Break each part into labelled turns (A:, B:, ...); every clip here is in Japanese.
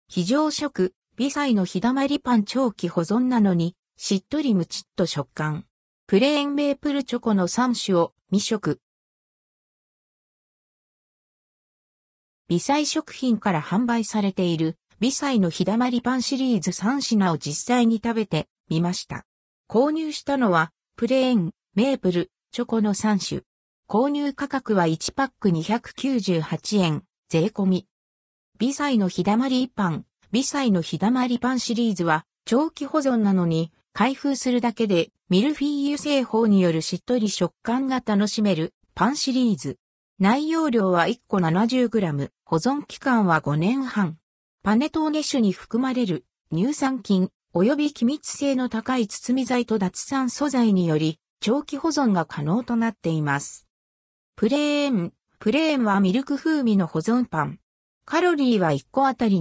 A: 非常食、微細の日だまりパン長期保存なのに、しっとりむちっと食感。プレーンメープルチョコの3種を未食。微細食品から販売されている微細の日だまりパンシリーズ3品を実際に食べてみました。購入したのはプレーン、メープル、チョコの3種。購入価格は1パック298円、税込み。微細の日だまりパン、微細の日だまりパンシリーズは長期保存なのに開封するだけでミルフィーユ製法によるしっとり食感が楽しめるパンシリーズ。内容量は1個 70g、保存期間は5年半。パネトーネ種に含まれる乳酸菌及び気密性の高い包み材と脱酸素材により長期保存が可能となっています。プレーンはミルク風味の保存パン。カロリーは1個あたり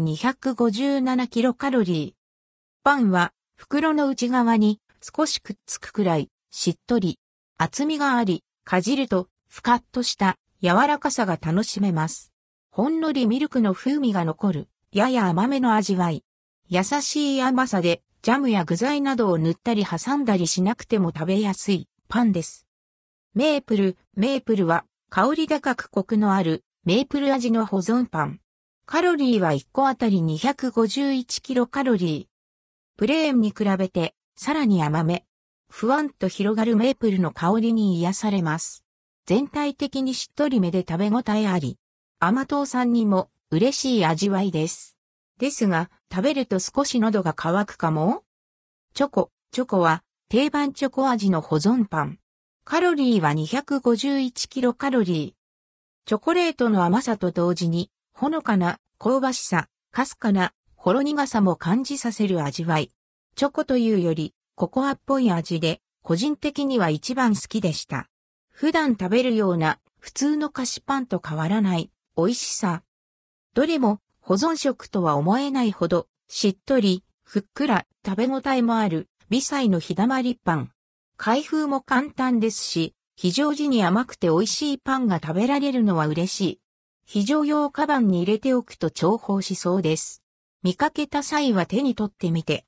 A: 257キロカロリー。パンは袋の内側に少しくっつくくらいしっとり、厚みがあり、かじるとふかっとした柔らかさが楽しめます。ほんのりミルクの風味が残る、やや甘めの味わい。優しい甘さで、ジャムや具材などを塗ったり挟んだりしなくても食べやすいパンです。メープルは香り高くコクのあるメープル味の保存パン。カロリーは1個あたり251キロカロリー。プレーンに比べてさらに甘め。ふわんと広がるメープルの香りに癒されます。全体的にしっとりめで食べ応えあり。甘党さんにも嬉しい味わいです。ですが、食べると少し喉が渇くかも？チョコは定番チョコ味の保存パン。カロリーは251キロカロリー。チョコレートの甘さと同時に、ほのかな香ばしさ、かすかなほろ苦さも感じさせる味わい。チョコというより、ココアっぽい味で、個人的には一番好きでした。普段食べるような普通の菓子パンと変わらない美味しさ。どれも保存食とは思えないほどしっとり、ふっくら食べ応えもある微細の日だまりパン。開封も簡単ですし、非常時に甘くて美味しいパンが食べられるのは嬉しい。非常用カバンに入れておくと重宝しそうです。見かけた際は手に取ってみて